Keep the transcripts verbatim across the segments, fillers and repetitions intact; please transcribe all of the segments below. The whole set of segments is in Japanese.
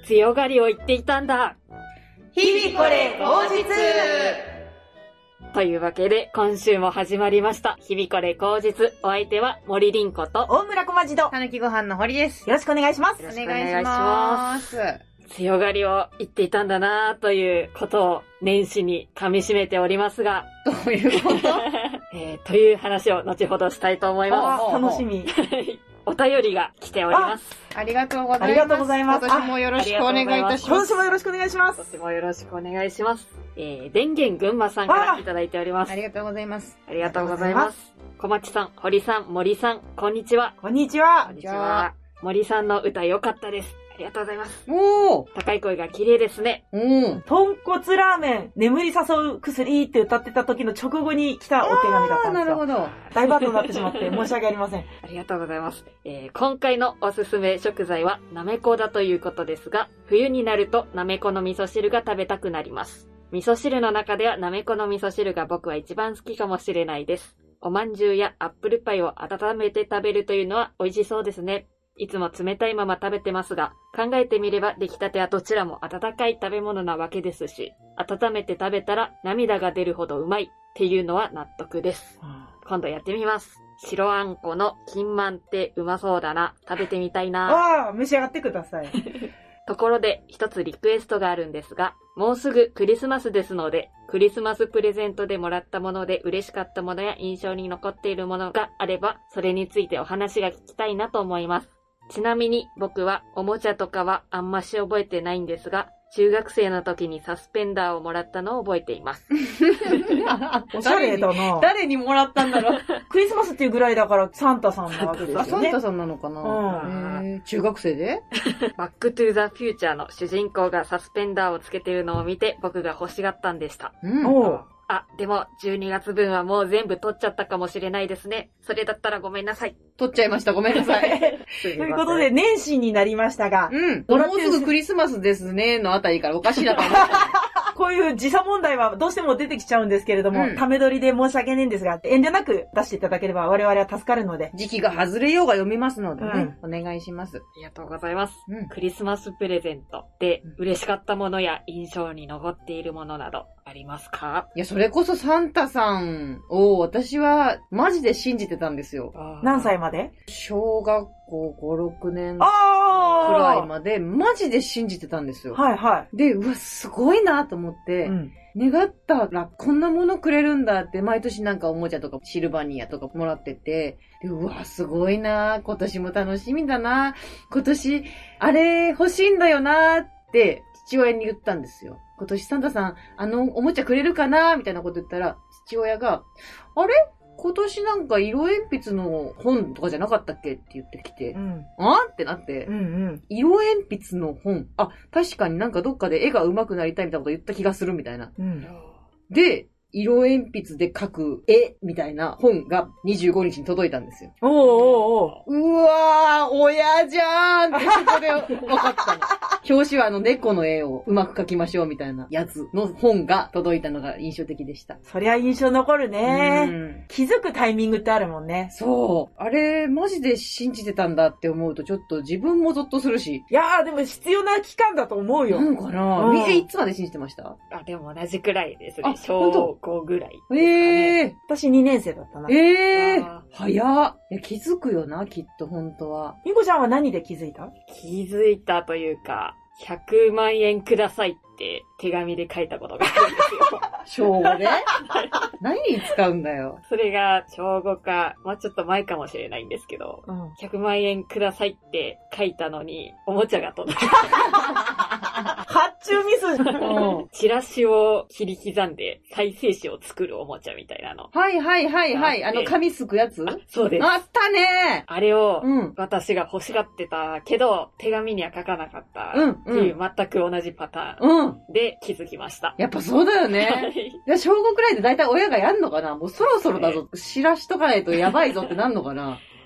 強がりを言っていたんだ。 日々これ口実。 というわけで、今週も始まりました。日々これ口実。お相手は森凛子と大村小町とたぬきご飯の堀です。 よろしくお願いします。 よろしくお願いします。強がりを言っていたんだなということを年始に噛み締めておりますが。 どういうことえー、という話を後ほどしたいと思います。 楽しみ。 お便りが来ております。 ありがとうございます。 ありがとうございます。 今年もよろしくお願いいたします。 今年もよろしくお願いします。 今年もよろしくお願いします。えー、電源群馬さんからいただいております。 ありがとうございます。 ありがとうございます。小町さん、堀さん、森さん、こんにちは。 こんにちは。 こんにちは。森さんの歌良かったです。ありがとうございます。 おー。 高い声が綺麗ですね。 うん。 豚骨ラーメン、眠り誘う薬って歌ってた時の直後に来たお手紙だったんですよ。 なるほど。 大バットになってしまって申し訳ありません。 ありがとうございます。えー、今回のおすすめ食材はなめこだということですが、冬になるとなめこの味噌汁が食べたくなります。味噌汁の中ではなめこの味噌汁が僕は一番好きかもしれないです。おまんじゅうやアップルパイを温めて食べるというのは美味しそうですね。いつも冷たいまま食べてますが、考えてみれば出来たてはどちらも温かい食べ物なわけですし、温めて食べたら涙が出るほどうまいっていうのは納得です。今度やってみます。白あんこの金まんってうまそうだな。食べてみたいな。 ああ、召し上がってください。 ところで一つリクエストがあるんですが、もうすぐクリスマスですので、クリスマスプレゼントでもらったもので嬉しかったものや印象に残っているものがあれば、それについてお話が聞きたいなと思います。ちなみに僕はおもちゃとかはあんまし覚えてないんですが、中学生の時にサスペンダーをもらったのを覚えています。 おしゃれだな。 誰にもらったんだろう。 クリスマスっていうぐらいだからサンタさんなわけですよね。 サンタさんなのかな、うんえー、中学生でバックトゥーザフューチャーの主人公がサスペンダーをつけているのを見て僕が欲しがったんでした。 うん、 おあ、でもじゅうにがつぶんはもう全部取っちゃったかもしれないですね。それだったらごめんなさい。 取っちゃいました。ごめんなさい。 ということで、年始になりましたが。 うん。もうすぐクリスマスですね、のあたりからおかしいなと思った。 こういう時差問題はどうしても出てきちゃうんですけれども、 うん、 ため撮りで申し訳ないんですが、遠慮なく出していただければ我々は助かるので。 時期が外れようが読みますのでね、うん、お願いします。 ありがとうございます。 うん、 クリスマスプレゼントで嬉しかったものや印象に残っているものなどありますか？ いや、それこそサンタさんを私はマジで信じてたんですよ。 何歳まで？ 小学校ご、ろくねんくあらいまでマジで信じてたんですよ。 はいはい。 で、うわ、すごいなと思って、うん、願ったらこんなものくれるんだって毎年なんかおもちゃとかシルバニアとかもらってて、でうわ、すごいな、今年も楽しみだな、今年あれ欲しいんだよなって父親に言ったんですよ。今年サンタさんあのおもちゃくれるかなみたいなこと言ったら、父親が、あれ今年なんか色鉛筆の本とかじゃなかったっけって言ってきて、うん、あってなって、 うんうん、 色鉛筆の本、あ、確かになんかどっかで絵が上手くなりたいみたいなこと言った気がするみたいな。 うん、 で、色鉛筆で描く絵みたいな本がにじゅうごにちに届いたんですよ。 おーおーおー。うわー、親じゃーんってそこで分かったの。表紙はあの猫の絵をうまく描きましょうみたいなやつの本が届いたのが印象的でした。 そりゃ印象残るね。気づくタイミングってあるもんね。 そう。あれ、マジで信じてたんだって思うとちょっと自分もゾッとするし。 いやー、でも必要な期間だと思うよ。 なんかな、うん、え、いつまで信じてました？ あ、でも同じくらいですね。小ごぐらい。 ええー。 私にねん生だったな。 ええー。早っ。いや、気づくよな、きっと、本当は。 みこちゃんは何で気づいた？ 気づいたというか、ひゃくまんえんくださいって手紙で書いたことがあるんですよ。 小ごで何に使うんだよ。 それが小ごか、まあちょっと前かもしれないんですけど、うん、ひゃくまんえんくださいって書いたのに、おもちゃが届いた。 発注ミス。 うん、チラシを切り刻んで再生紙を作るおもちゃみたいなの。 はいはいはいはい。あの紙すくやつ？ そうです。 あったねー。あれを私が欲しがってたけど、手紙には書かなかったっていう全く同じパターンで気づきました。 やっぱそうだよね。いや、小ごくらいでだいたい親がやんのかな、もうそろそろだぞ。知らしとかないとやばいぞってなんのかな。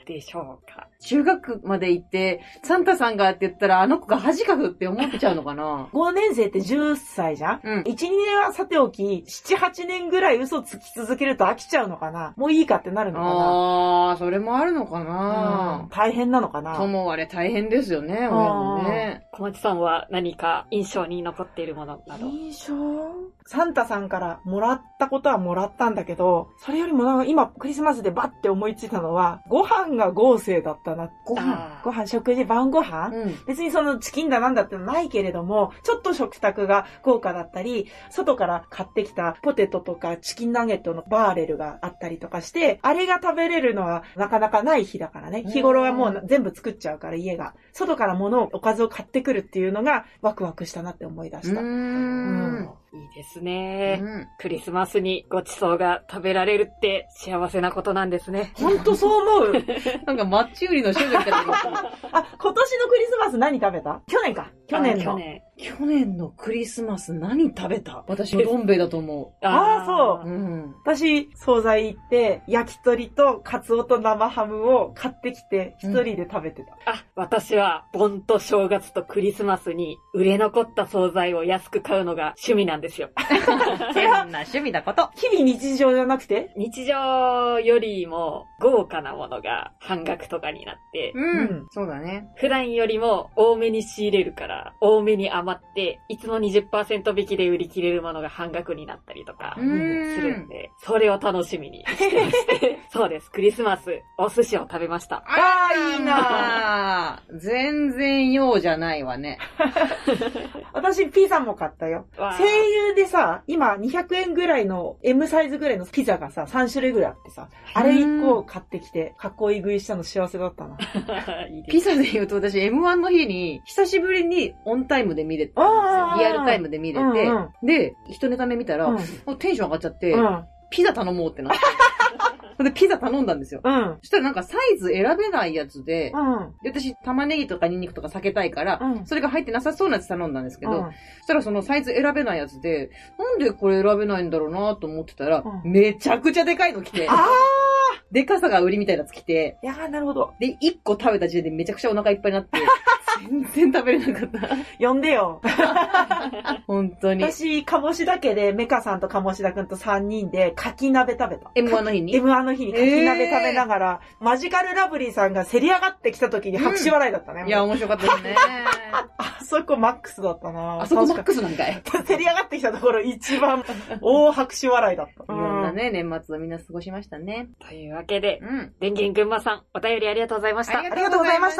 でしょうか。 中学まで行って、サンタさんがって言ったら、あの子が恥かくって思っちゃうのかなごねん生ってじゅっさいじゃん、うん、いち、にねんはさておき、なな、はちねんぐらい嘘つき続けると飽きちゃうのかな、もういいかってなるのかな。 ああ、それもあるのかな、 うん、大変なのかな。 ともあれ大変ですよね、親もね。 小町さんは何か印象に残っているものなど。 印象サンタさんからもらったことはもらったんだけど、それよりもなんか今クリスマスでバッて思いついたのは、ご飯が豪勢だったな。ご飯ご飯、食事、晩ご飯、うん、別にそのチキンだなんだってのないけれども、ちょっと食卓が豪華だったり、外から買ってきたポテトとかチキンナゲットのバーレルがあったりとかして、あれが食べれるのはなかなかない日だからね。日頃はもう全部作っちゃうから家が。外から物を、おかずを買ってくるっていうのがワクワクしたなって思い出した。うーんうんいいですね、うん。クリスマスにごちそうが食べられるって幸せなことなんですね。 ほんとそう思う。 なんかマッチ売りの少女みたいな。あ、 今年のクリスマス何食べた？去年か。去年の。 去年。去年のクリスマス何食べた？私、どん兵衛だと思う。 ああ、そう。 うん、 私、惣菜行って、焼き鳥とカツオと生ハムを買ってきて、一人で食べてた。 うん、あ、私は、盆と正月とクリスマスに売れ残った惣菜を安く買うのが趣味なんですよ。 変な趣味だこと。 日々日常じゃなくて？ 日常よりも豪華なものが半額とかになって。 うん。うん、そうだね。 普段よりも多めに仕入れるから、多めに余って、いつも にじゅっパーセント 引きで売り切れるものが半額になったりとかするんで、それを楽しみにしてまして。そうです。クリスマス、お寿司を食べました。 あー、いいなー。全然用じゃないわね。 私、ピザも買ったよ。声優でさ、今にひゃくえんぐらいの エム サイズぐらいのピザがさ、さん種類ぐらいあってさ、あれいっこ買ってきて、かっこいい食いしたの幸せだったな。 いいピザで言うと私 エムワン の日に、久しぶりにオンタイムで見れたんですよ。リアルタイムで見れて、うんうん、で、一ネタ目見たら、うん、テンション上がっちゃって、うん、ピザ頼もうってなって。で、ピザ頼んだんですよ。うん。そしたらなんかサイズ選べないやつで、うん。で、私、玉ねぎとかニンニクとか避けたいから、うん。それが入ってなさそうなやつ頼んだんですけど、うん。そしたらそのサイズ選べないやつで、なんでこれ選べないんだろうなと思ってたら、うん、めちゃくちゃでかいの来て、あーでかさが売りみたいなやつ来て、 いやー、なるほど。 で、一個食べた時点でめちゃくちゃお腹いっぱいになって、全然食べれなかった。 呼んでよ。 本当に。 私、鴨志田家でメカさんと鴨志田くんとさんにんで、かき鍋食べた。 エムワン の日に ?エムワン の日にかき鍋食べながら、えー、マジカルラブリーさんが競り上がってきた時に拍手笑いだったね。 うん、いや、面白かったですね。 あそこマックスだったな。 あそこマックスなんかい。 競り上がってきたところ一番大拍手笑いだった。 いろんなね、年末をみんな過ごしましたね。 というわけで、うん、電源群馬さん、お便りありがとうございました。 ありがとうございました。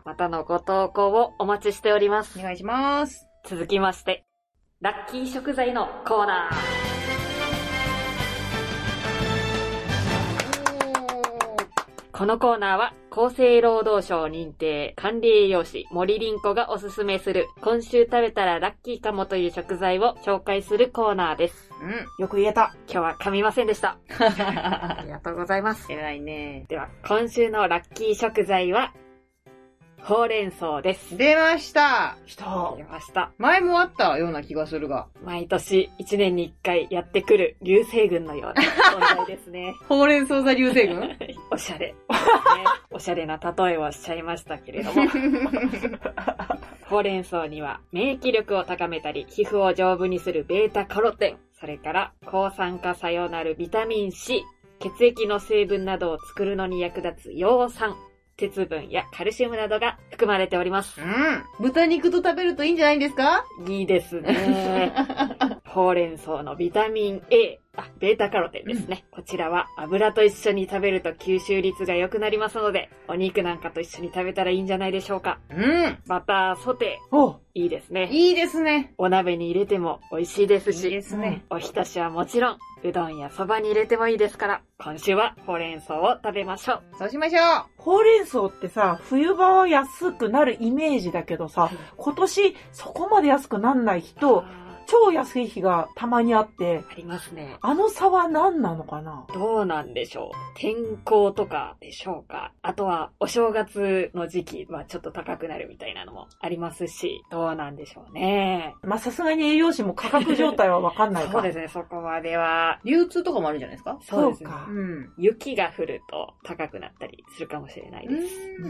またのご投稿をお待ちしております。 お願いします。 続きまして、ラッキー食材のコーナー。このコーナーは厚生労働省認定管理栄養士森凛子がおすすめする今週食べたらラッキーかもという食材を紹介するコーナーです。 うん、よく言えた。 今日は噛みませんでした。ありがとうございます。 偉いね。 では今週のラッキー食材はほうれん草です。 出ました。 来た。 出ました。 前もあったような気がするが。 毎年いちねんにいっかいやってくる流星群のような存在ですね。 ほうれん草座流星群おしゃれ、ね。おしゃれな例えをしちゃいましたけれども。ほうれん草には免疫力を高めたり、皮膚を丈夫にするベータカロテン、それから抗酸化作用なるビタミン C、血液の成分などを作るのに役立つ葉酸、鉄分やカルシウムなどが含まれております。 うん。豚肉と食べるといいんじゃないんですか？ いいですね。ほうれん草のビタミン A、あ、ベータカロテンですね。うん、こちらは油と一緒に食べると吸収率が良くなりますので、お肉なんかと一緒に食べたらいいんじゃないでしょうか。 うん。 また、ソテー。 おいいですね。 いいですね。 お鍋に入れても美味しいですし。 いいですね。 おひたしはもちろん、うどんやそばに入れてもいいですから、今週はほうれん草を食べましょう。 そうしましょう。 ほうれん草ってさ、冬場は安くなるイメージだけどさ、今年そこまで安くなんない人、 超安い日がたまにあって。 ありますね。 あの差は何なのかな？ どうなんでしょう。天候とかでしょうか。あとは、お正月の時期はちょっと高くなるみたいなのもありますし、どうなんでしょうね。 まあ、さすがに栄養士も価格状態はわかんないか。 そうですね、そこまでは。 流通とかもあるんじゃないですか？ そうですね。 そうか。 うん。雪が降ると高くなったりするかもしれないです。 うんうん、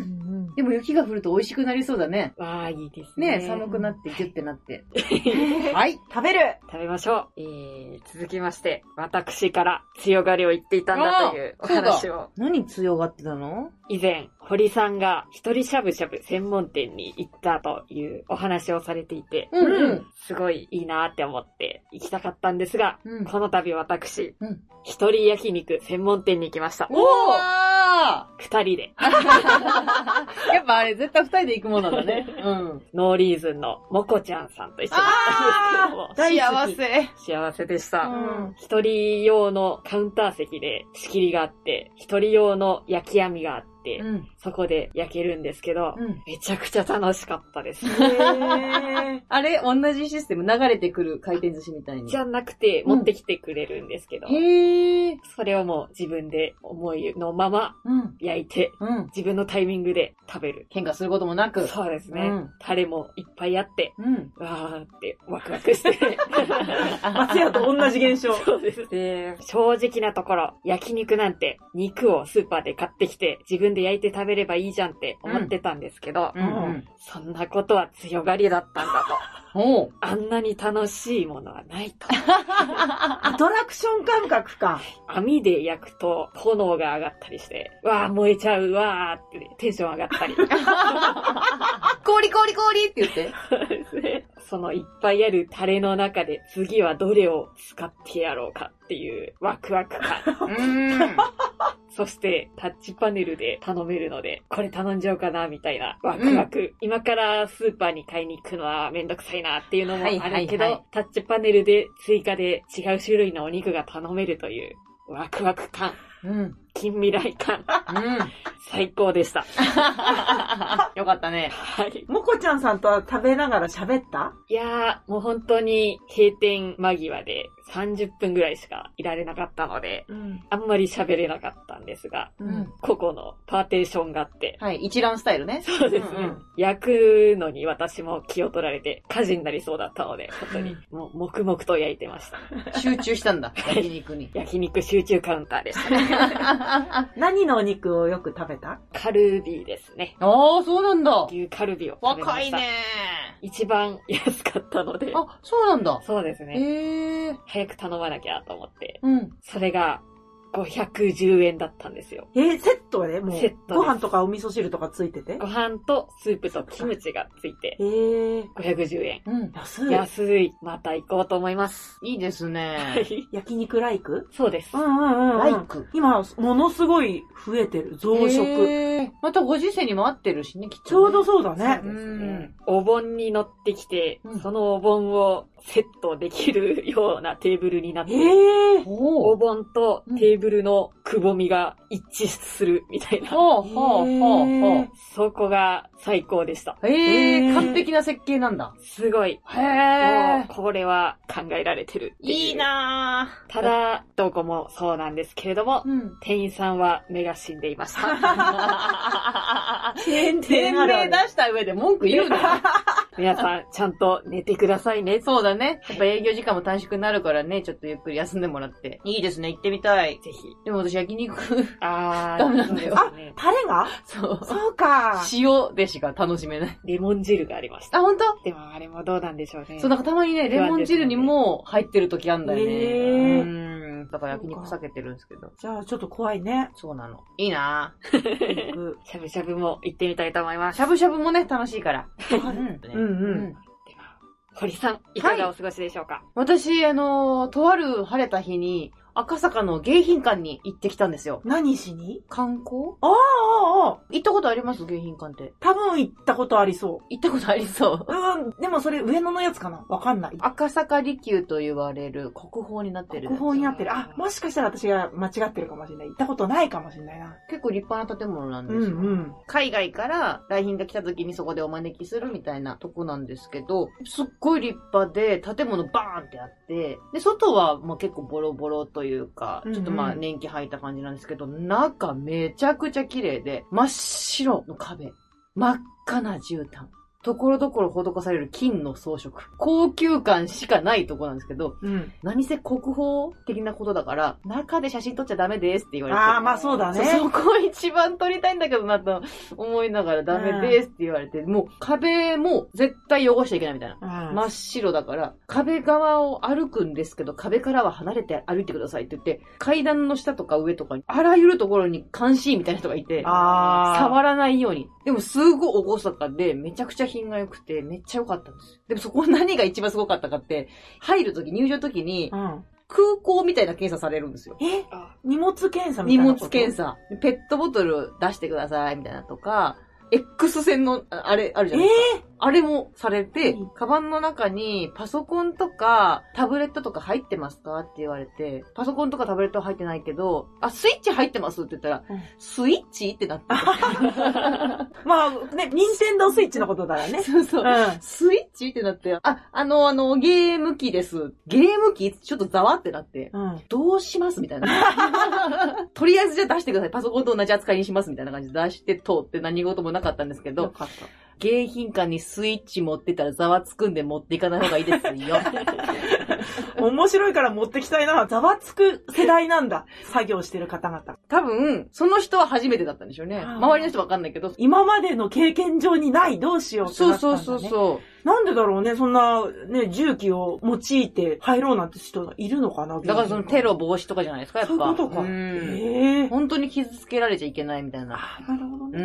でも雪が降ると美味しくなりそうだね。 わあ、いいですね。 ね、寒くなってギュッてなって。はい、 食べる食べましょう。えー、続きまして、私から強がりを言っていたんだというお話を。 何強がってたの？ 以前、堀さんが一人しゃぶしゃぶ専門店に行ったというお話をされていて、 うんうん、 すごいいいなって思って行きたかったんですが、うん、この度私、 うん、 一人焼肉専門店に行きました。 おー二人で。 やっぱあれ絶対二人で行くものなんだね。うん。 ノーリーズンのもこちゃんさんと一緒に行ったんですけども。幸せ。 幸せでした。 うん、 一人用のカウンター席で仕切りがあって、一人用の焼き網があって、うん、そこで焼けるんですけど、うん、めちゃくちゃ楽しかったです。 あれ同じシステム流れてくる回転寿司みたいに。 じゃなくて、持ってきてくれるんですけど、 うん、へーそれをもう自分で思いのまま焼いて、 うん、 自分のタイミングで食べる。 喧嘩することもなく。 そうですね。うん、タレもいっぱいあって、 うん、 わーってワクワクして。 松屋と同じ現象。 そうです。で、正直なところ、焼肉なんて肉をスーパーで買ってきて、自分で焼いて食べればいいじゃんって思ってたんですけど、 うんうんうん、 そんなことは強がりだったんだと。 おあんなに楽しいものはないと。 アトラクション感覚か。 網で焼くと炎が上がったりして、わー燃えちゃうわーって、ね、テンション上がったり。 氷氷氷って言って。 そうですね。そのいっぱいあるタレの中で次はどれを使ってやろうかっていうワクワク感。 うーんそしてタッチパネルで頼めるので、これ頼んじゃおうかなみたいなワクワク、うん。今からスーパーに買いに行くのはめんどくさいなっていうのもあるけど、はいはいはい、タッチパネルで追加で違う種類のお肉が頼めるというワクワク感。 うん、 近未来感。 うん、 最高でした。 よかったね。 はい。 もこちゃんさんとは食べながら喋った？ いやー、もう本当に閉店間際でさんじゅっぷんぐらいしかいられなかったので、うん、あんまり喋れなかったんですが、 うん、 個々のパーテーションがあって。 はい、一覧スタイルね。 そうですね。うんうん、焼くのに私も気を取られて火事になりそうだったので、本当にもう黙々と焼いてました。 集中したんだ、焼肉に。 焼肉集中カウンターでしたね。 何のお肉をよく食べた？ カルビですね。 ああ、そうなんだ。 牛カルビを食べました。 若いね。 一番安かったので。 あ、そうなんだ。 そうですね。 へー。 早く頼まなきゃと思って。 うん。 それがごひゃくじゅうえんだったんですよ。 えー、セットでもうセットご飯とかお味噌汁とかついてて？ ご飯とスープとキムチがついて。 えー。 ごひゃくじゅうえん。 うん。 安い。 安い。また行こうと思います。 いいですね。 はい。 焼肉ライク？ そうです。 うんうんうん。 ライク。 今、ものすごい増えてる。増殖。 またご時世にも合ってるしね、きっと、ね。 ちょうどそうだね。 そうですね。お盆に乗ってきて、うん、そのお盆をセットできるようなテーブルになって、 えー、 お盆とテーブルのくぼみが一致するみたいな。 ほうほうほうほう。 そこが最高でした。 えー、えー、完璧な設計なんだ。 すごい。 へー。 これは考えられてるっていう。 いいなぁ。ただ、どこもそうなんですけれども、 うん、 店員さんは目が死んでいました。 店名出した上で文句言うな。 皆さん、ちゃんと寝てくださいね。 そうだね。やっぱ営業時間も短縮になるからね、ちょっとゆっくり休んでもらって。いいですね、行ってみたい。 ぜひ。 でも私焼肉、 あー、 ダメなんだよ。 あ、タレが？ そう。 そうか。 塩でしか楽しめない。 レモン汁がありました。 あ、ほんと？ でもあれもどうなんでしょうね。 そう、なんかたまにね、レモン汁にも入ってる時あんだよね。 へー。 うーん。だから焼肉避けてるんですけど。 じゃあちょっと怖いね。 そうなの。いいなぁ。しゃぶしゃぶも行ってみたいと思います。 しゃぶしゃぶもね、楽しいから。 うんうん。うん堀さん、いかがお過ごしでしょうか？はい、 私、あのー、とある晴れた日に、赤坂の迎賓館に行ってきたんですよ。 何しに？ 観光？ ああ、あああ。 行ったことあります迎賓館って。 多分行ったことありそう。 行ったことありそう。 うん。でもそれ上野のやつかなわかんない。 赤坂離宮と言われる国宝になってる。 国宝になってる。あ、もしかしたら私が間違ってるかもしれない。行ったことないかもしれないな。 結構立派な建物なんですよ。うんうん。海外から来賓が来た時にそこでお招きするみたいなとこなんですけど、すっごい立派で建物バーンってあって、で、外はまあ結構ボロボロというか、ちょっとまあ年季入った感じなんですけど、中めちゃくちゃ綺麗で、真っ白の壁、真っ赤な絨毯。ところどころ施される金の装飾。高級感しかないとこなんですけど、うん、何せ国宝的なことだから、中で写真撮っちゃダメですって言われて。 ああ、まあそうだね。 そこ一番撮りたいんだけどなと思いながらダメですって言われて、うん、もう壁も絶対汚しちゃいけないみたいな。うん、真っ白だから、壁側を歩くんですけど、壁からは離れて歩いてくださいって言って、階段の下とか上とかに、あらゆるところに監視員みたいな人がいて、触らないように。でもすごい厳かで、めちゃくちゃ品が良くて、めっちゃ良かったんです。でもそこ何が一番すごかったかって、入るとき、入場のときに、うん、空港みたいな検査されるんですよ。 え荷物検査みたいなこと？ 荷物検査。ペットボトル出してください、みたいなとか、X 線の、あれ、あるじゃないですか。えー、あれもされて、うん、カバンの中にパソコンとかタブレットとか入ってますかって言われて、パソコンとかタブレットは入ってないけど、あ、スイッチ入ってますって言ったら、うん、スイッチってなって。 まあ、ね、ニンテンドースイッチのことだよね。 そうそう。うん、スイッチってなって、あ、あの、あの、ゲーム機です。ゲーム機ちょっとざわってなって、うん、どうしますみたいな。とりあえずじゃあ出してください。パソコンと同じ扱いにしますみたいな感じで出して通って何事もなかったんですけど、 よかった。 迎賓館にスイッチ持ってたらざわつくんで持っていかない方がいいですよ。 面白いから持ってきたいな。ざわつく世代なんだ。作業してる方々。 多分、その人は初めてだったんでしょうね。周りの人わかんないけど。 今までの経験上にない、どうしようってなったんだね。 そうそうそうそう。 なんでだろうね、そんな、ね、重機を用いて入ろうなんて人がいるのかな。 だからそのテロ防止とかじゃないですか、やっぱ。 そういうことか。 うん。本当に傷つけられちゃいけないみたいな。 あ、なるほどね。 うん。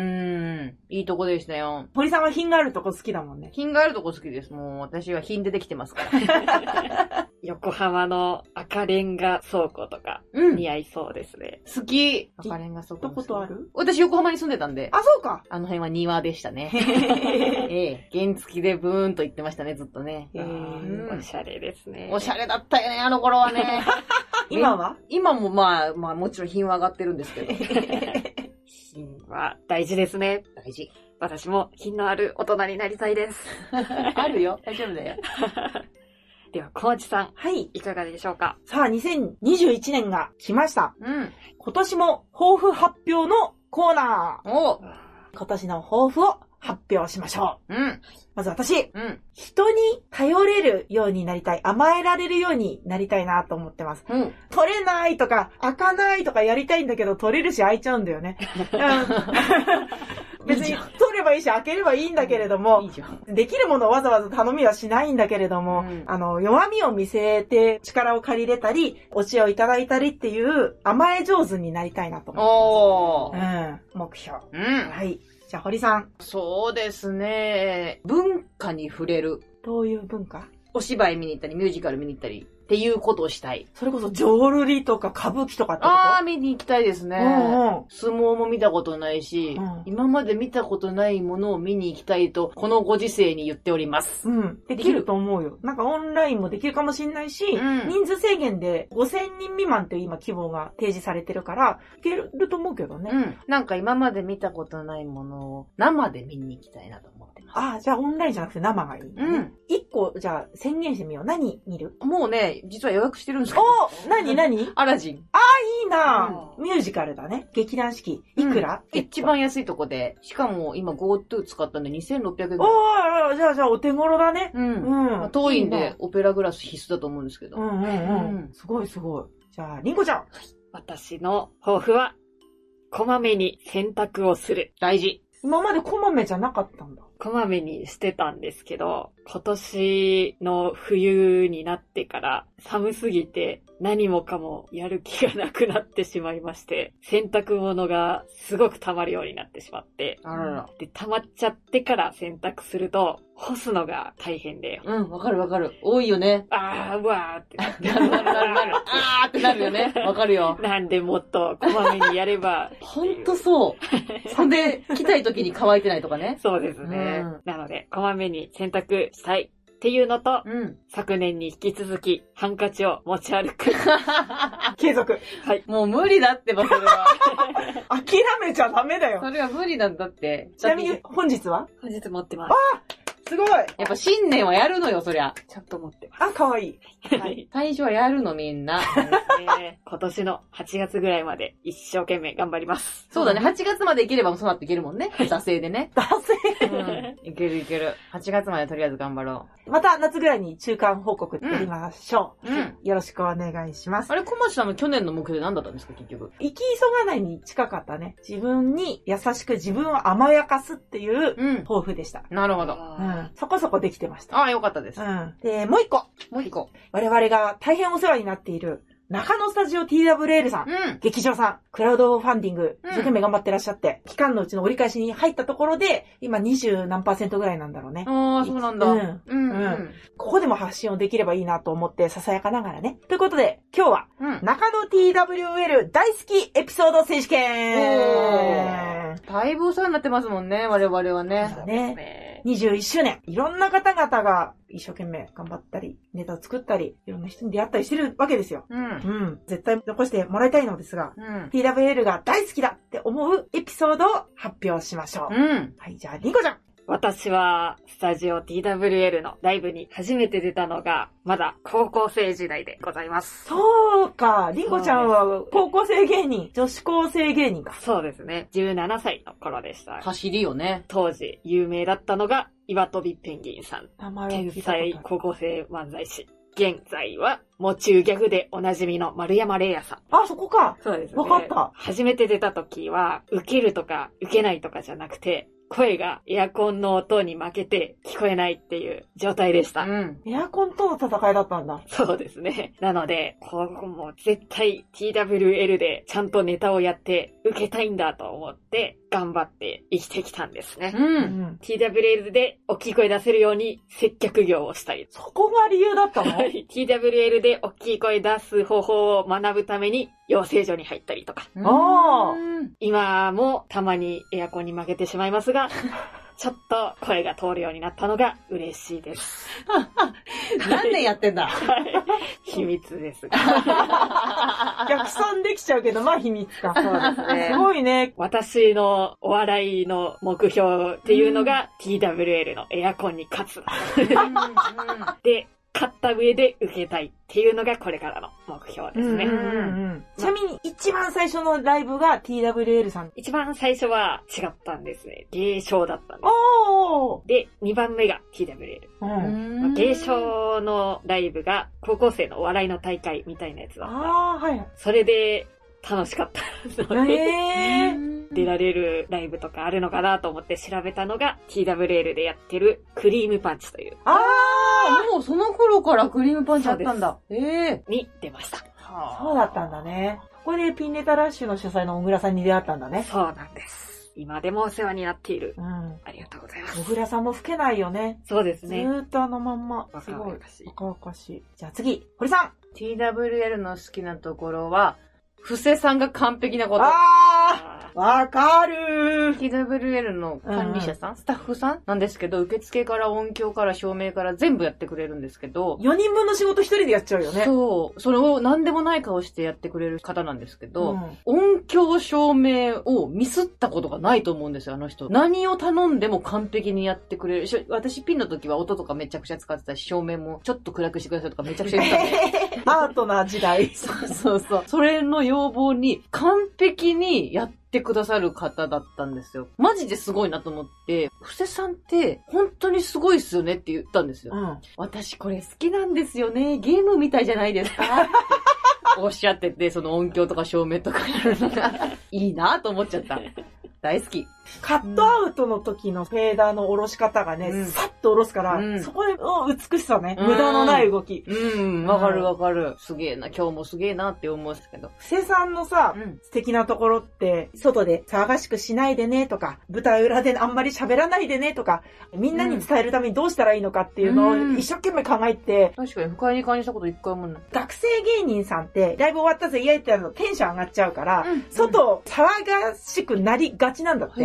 いいとこでしたよ。 堀さんは品があるとこ好きだもんね。 品があるとこ好きです。もう私は品でできてますから。 横浜の赤レンガ倉庫とか、似合いそうですね。 うん、好き。赤レンガ倉庫。 行ったことある？ 私横浜に住んでたんで。 あ、そうか。 あの辺は庭でしたね。ええ、原付きでブーンと言ってましたね、ずっとね。 えー、うん、おしゃれですね。 おしゃれだったよね、あの頃はね。 今は？ 今もまあ、まあもちろん品は上がってるんですけど。 品は大事ですね。 大事。 私も品のある大人になりたいです。 あるよ。大丈夫だよ。 では、コーチさん。 はい。 いかがでしょうか？ さあ、にせんにじゅういちねんが来ました。 うん。 今年も抱負発表のコーナー。 お今年の抱負を発表しましょう。うん。 まず私。 うん。 人に頼れるようになりたい。甘えられるようになりたいなと思ってます。 うん。 取れないとか、開かないとかやりたいんだけど、取れるし開いちゃうんだよね。別に取ればいいし開ければいいんだけれども、 いいじゃん。 できるものをわざわざ頼みはしないんだけれども、うん、あの、弱みを見せて力を借りれたり、お知恵をいただいたりっていう甘え上手になりたいなと思ってます。うん。目標。 うん。 はい。じゃあ、堀さん。 そうですね。文化に触れる。 どういう文化？ お芝居見に行ったり、ミュージカル見に行ったり。っていうことをしたい。 それこそ、浄瑠璃とか歌舞伎とかってこと？ ああ、見に行きたいですね。 うんうん、 相撲も見たことないし、うん、今まで見たことないものを見に行きたいと、このご時世に言っております。 うん。できると思うよ。なんかオンラインもできるかもしれないし、うん、人数制限でごせんにん未満っていう今規模が提示されてるから、いけると思うけどね。 うん。なんか今まで見たことないものを生で見に行きたいなと思ってます。 ああ、じゃあオンラインじゃなくて生がいい、ね。うん。一個、じゃあ宣言してみよう。何見る？ もうね、実は予約してるお何何アラジン。 ああ、いいな、うん、ミュージカルだね。劇団四季。いくら、 うん、一番安いとこで。しかも今 GoTo 使ったんでにせんろっぴゃくえん。 おー、じゃあじゃあお手頃だね。 うん。うん。まあ、遠いんでオペラグラス必須だと思うんですけど。 うんうんうん。うん、すごいすごい。じゃあ、りんこちゃん。 私の抱負は、こまめに洗濯をする。 大事。 今までこまめじゃなかったんだ。 こまめにしてたんですけど、 今年の冬になってから寒すぎて何もかもやる気がなくなってしまいまして、洗濯物がすごく溜まるようになってしまって、 あらら。 で、溜まっちゃってから洗濯すると、干すのが大変で。 うん、わかるわかる。多いよね。 あー、うわーってなって。 なるなるなるなる。あーってなるよね。わかるよ。 なんでもっとこまめにやれば。 ほんとそう。そんで、着たい時に乾いてないとかね。 そうですね。 うん、 なので、こまめに洗濯したい。っていうのと、 うん、 昨年に引き続き、ハンカチを持ち歩く。 継続。 はい。 もう無理だってば、それは。 諦めちゃダメだよ。 それは無理なんだって。 ちなみに、本日は本日持ってます。 あすごい。やっぱ新年はやるのよ、そりゃ。 ちょっと持ってます。 あ、かわいい。はい。 最初はやるの、みんな。 そうですね。今年のはちがつぐらいまで一生懸命頑張ります。 そうだね。はちがつまでいければそうなっていけるもんね。惰性でね。 惰性、 うん、いけるいける。はちがつまでとりあえず頑張ろう。また夏ぐらいに中間報告やりましょう。 うん。 よろしくお願いします。 あれ、小町さんの去年の目標何だったんですか、結局。 生き急がないに近かったね。自分に優しく自分を甘やかすっていう抱負でした。 うん、なるほど。 うん。そこそこできてました。 ああ、よかったです。 うん。で、もう一個。 もう一個。 我々が大変お世話になっている中野スタジオ ティーダブリューエル さん、 うん、 劇場さん、クラウドファンディング、一生懸命頑張ってらっしゃって、うん、期間のうちの折り返しに入ったところで、今二十何パーセントぐらいなんだろうね。 ああ、そうなんだ。 うん。うん。うん。ここでも発信をできればいいなと思って、ささやかながらね。ということで、今日は、うん、中野 ティーダブリューエル 大好きエピソード選手権。 だいぶお世話になってますもんね、我々はね。 そうね。にじゅういっしゅうねん。いろんな方々が一生懸命頑張ったり、ネタを作ったり、いろんな人に出会ったりしてるわけですよ。 うん。うん。絶対残してもらいたいのですが、 うん、 ティーダブリューエル が大好きだって思うエピソードを発表しましょう。 うん。 はい、じゃあ、リンコちゃん。 私は、スタジオ ティーダブリューエル のライブに初めて出たのが、まだ高校生時代でございます。 そうか。リンコちゃんは高校生芸人、女子高生芸人か。 そうですね。じゅうななさいの頃でした。 走りよね。 当時、有名だったのが、岩飛びペンギンさん。 名前は天才高校生漫才師。現在は、もちゅうギャグでおなじみの丸山礼也さん。 あ、そこか。 そうですね。 わかった。 初めて出た時は、受けるとか受けないとかじゃなくて、声がエアコンの音に負けて聞こえないっていう状態でした。 うん。 エアコンとの戦いだったんだ。 そうですね。なので、ここも絶対 ティーダブリューエル でちゃんとネタをやって受けたいんだと思って頑張って生きてきたんですね。 うん。 ティーダブリューエル で大きい声出せるように接客業をしたり。 そこが理由だったの？ はい。ティーダブリューエル で大きい声出す方法を学ぶために養成所に入ったりとか。 ああ。 今もたまにエアコンに負けてしまいますが、ちょっと声が通るようになったのが嬉しいです。 何年やってんだ秘密ですが。 逆算できちゃうけど、まあ秘密か。 そうですね。 すごいね。 私のお笑いの目標っていうのが、うん、ティーダブリューエル のエアコンに勝つ。で、勝った上で受けたいっていうのがこれからの目標ですね。 うんうんうん、ちなみに一番最初のライブが ティーダブリューエル さん。 一番最初は違ったんですね。芸賞だったんです。 おーで、にばんめが ティーダブリューエル。うんまあ、芸賞のライブが高校生のお笑いの大会みたいなやつだった。 ああ、はい。 それで楽しかったので、 えー、 出られるライブとかあるのかなと思って調べたのが ティーダブリューエル でやってるクリームパンチという。 ああ、 もうその頃からクリームパンチあったんだ。ええー。に出ました。 そうだったんだね。ここでピンネタラッシュの主催の小倉さんに出会ったんだね。 そうなんです。今でもお世話になっている。 うん。 ありがとうございます。 小倉さんも老けないよね。 そうですね。 ずーっとあのまんま。 すごい。若々しい。 若々しい。じゃあ次、堀さん。 ティーダブリューエル の好きなところは、布施さんが完璧なこと。 あーわかるーティーダブリューエル の管理者さん、うん、スタッフさんなんですけど、受付から音響から照明から全部やってくれるんですけど、 よにんぶんの仕事一人でやっちゃうよね。 そう。それを何でもない顔してやってくれる方なんですけど、 うん、 音響照明をミスったことがないと思うんですよ、あの人。何を頼んでも完璧にやってくれる。私ピンの時は音とかめちゃくちゃ使ってたし、照明もちょっと暗くしてくださいとかめちゃくちゃ言ってたんで。 アートな時代。 そうそうそう。それの要望に完璧にやってくださる方だったんですよ。マジですごいなと思って、布施さんって本当にすごいっすよねって言ったんですよ。 うん、 私これ好きなんですよね。ゲームみたいじゃないですかっておっしゃってて、その音響とか照明とかやるのがいいなと思っちゃった。大好き。 カットアウトの時のフェーダーの下ろし方がね、うん、さっと下ろすから、うん、そこの美しさね、うん、無駄のない動き。 うん、わ、うん、かるわかる。すげえな、今日もすげえなって思うんですけど。 布施さんのさ、うん、素敵なところって、外で騒がしくしないでねとか、舞台裏であんまり喋らないでねとか、みんなに伝えるためにどうしたらいいのかっていうのを一生懸命考えて。 うん、確かに不快に感じたこと一回もない。 学生芸人さんって、ライブ終わったぜ、イエイってやるとテンション上がっちゃうから、うん、外、騒がしくなりがちなんだって。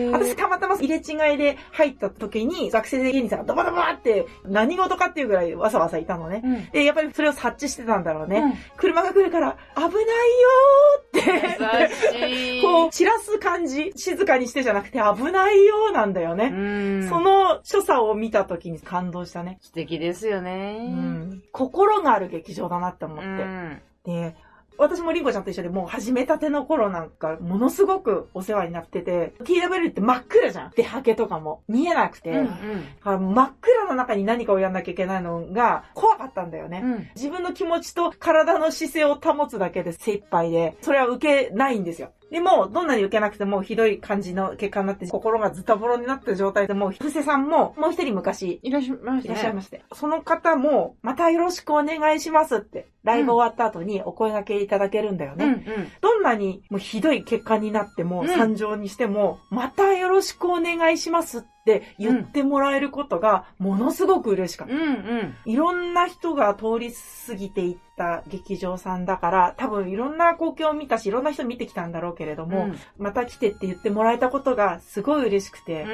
私たまたま入れ違いで入った時に、学生芸人さんがドバドバって何事かっていうぐらいわさわさいたのね。うん、で、やっぱりそれを察知してたんだろうね。うん、車が来るから、危ないよーって、こう、散らす感じ、静かにしてじゃなくて危ないよーなんだよね。うん、その所作を見た時に感動したね。 素敵ですよね。 うん、心がある劇場だなって思って。うん、で、私もリンコちゃんと一緒でもう始めたての頃なんかものすごくお世話になってて、ティーダブリュー って真っ暗じゃん。出はけとかも見えなくて、うんうん、真っ暗の中に何かをやんなきゃいけないのが怖かったんだよね。うん、自分の気持ちと体の姿勢を保つだけで精一杯で、それは受けないんですよ。でも、どんなに受けなくてもひどい感じの結果になって、心がズタボロになった状態でもう、布施さんも、もう一人昔、 いらっしゃいました、ね。 いらっしゃいまして。その方も、またよろしくお願いしますって、ライブ終わった後にお声掛けいただけるんだよね。うんうん、どんなにもうひどい結果になっても、惨状にしても、うん、またよろしくお願いしますって言ってもらえることが、ものすごく嬉しかった。うんうん、いろんな人が通り過ぎていった劇場さんだから、多分いろんな光景を見たし、いろんな人見てきたんだろうけれども、うん、また来てって言ってもらえたことがすごい嬉しくて、うん、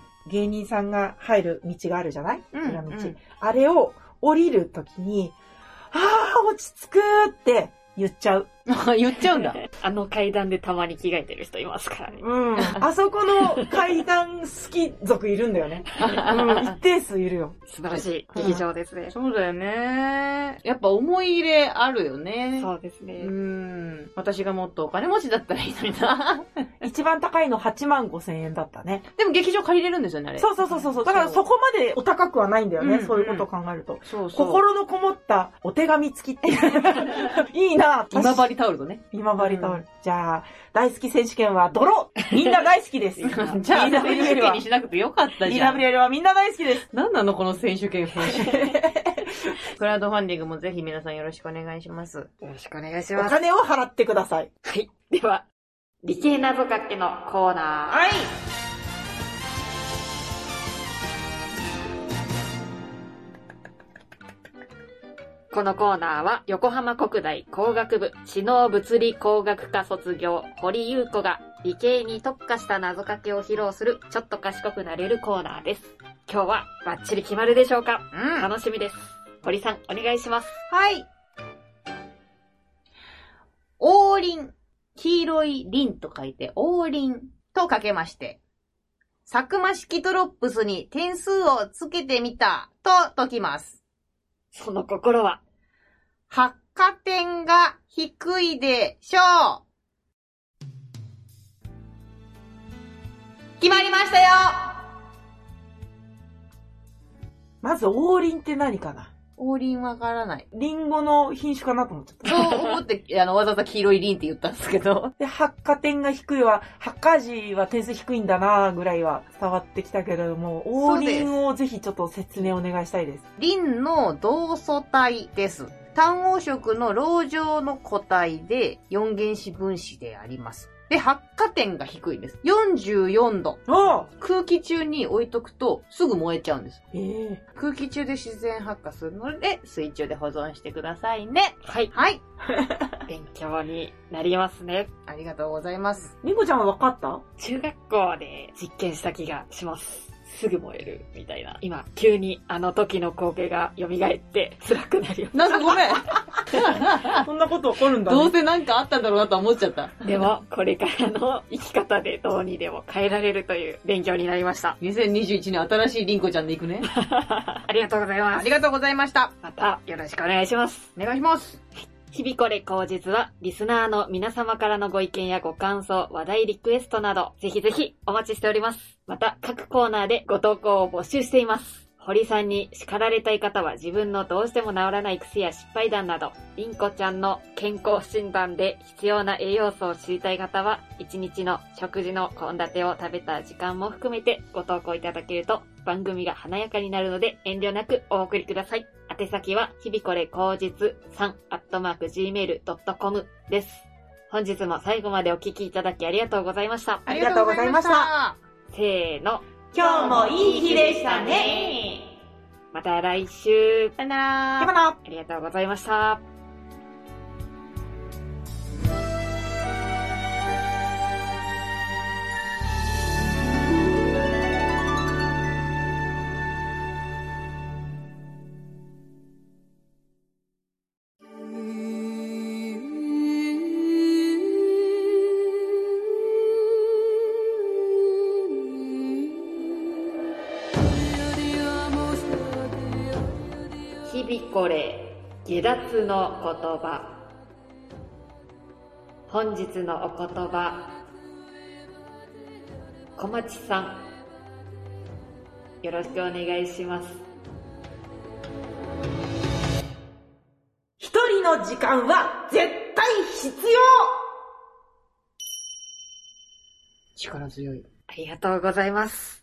芸人さんが入る道があるじゃない？裏道、うんうん。あれを降りるときに、あー落ち着くって言っちゃう。 言っちゃうんだ。 あの階段でたまに着替えてる人いますからね。 うん。あそこの階段好き族いるんだよね。うん。一定数いるよ。 素晴らしい劇場ですね、 うん。そうだよね。やっぱ思い入れあるよね。 そうですね。うん。私がもっとお金持ちだったらいいのにな。 一番高いのはちまんごせんえんだったね。 でも劇場借りれるんですよね、あれ。 そうそうそうそう。だからそこまでお高くはないんだよね。うんうん、そういうことを考えると。そうそう。心のこもったお手紙付きって。いいな。 今治タオルとね。 今治タオル。うん、じゃあ、大好き選手権は泥みんな大好きです。 じゃあ、選手権にしなくてよかったじゃん。 ディーダブリューエル はみんな大好きです。 なんなのこの選手権風刺。クラウドファンディングもぜひ皆さんよろしくお願いします。よろしくお願いします。 お金を払ってください。 はい。では、理系謎かけのコーナー。 はい。 このコーナーは横浜国大工学部知能物理工学科卒業堀優子が理系に特化した謎かけを披露するちょっと賢くなれるコーナーです。今日はバッチリ決まるでしょうか？うん、楽しみです。堀さんお願いします。 はい。黄輪、黄色い輪と書いて黄輪とかけまして、サクマ式トロップスに点数をつけてみたと解きます。 その心は、 発火点が低いでしょう。決まりましたよ。 まず、黄輪って何かな？ 黄輪わからない。 リンゴの品種かなと思っちゃった。 そう思って、あの、わざわざ黄色い輪って言ったんですけど。 で、発火点が低いは、発火時は点数低いんだなぐらいは伝わってきたけれども、黄輪をぜひちょっと説明お願いしたいです。 輪の同素体です。単黄色のロウ状の個体でよん原子分子であります。で、発火点が低いんです。よんじゅうよんど。空気中に置いとくとすぐ燃えちゃうんです。えー、空気中で自然発火するので、水中で保存してくださいね。 はい。 はい。 勉強になりますね。 ありがとうございます。 りんごちゃんは分かった？ 中学校で実験した気がします。すぐ燃えるみたいな。今、急にあの時の光景が蘇って辛くなるよ。 なんかごめん。 そんなこと起こるんだね。 どうせなんかあったんだろうなと思っちゃった。 でも、これからの生き方でどうにでも変えられるという勉強になりました。 にせんにじゅういちねん新しいりんこちゃんで行くね。 ありがとうございます。 ありがとうございました。 またよろしくお願いします。 お願いします。 日々これ口実は、リスナーの皆様からのご意見やご感想、話題リクエストなど、ぜひぜひお待ちしております。また、各コーナーでご投稿を募集しています。 堀さんに叱られたい方は自分のどうしても治らない癖や失敗談など、りんこちゃんの健康診断で必要な栄養素を知りたい方は、一日の食事の献立を食べた時間も含めてご投稿いただけると番組が華やかになるので遠慮なくお送りください。宛先は、日々これ口実さんアットマークジーメールドットコム です。本日も最後までお聞きいただきありがとうございました。 ありがとうございました。 せーの。 今日もいい日でしたね。 また来週。 さよなら。 さよなら。 ありがとうございました。日々これ下脱の言葉。本日のお言葉、小町さん、よろしくお願いします。 一人の時間は絶対必要。 力強い。 ありがとうございます。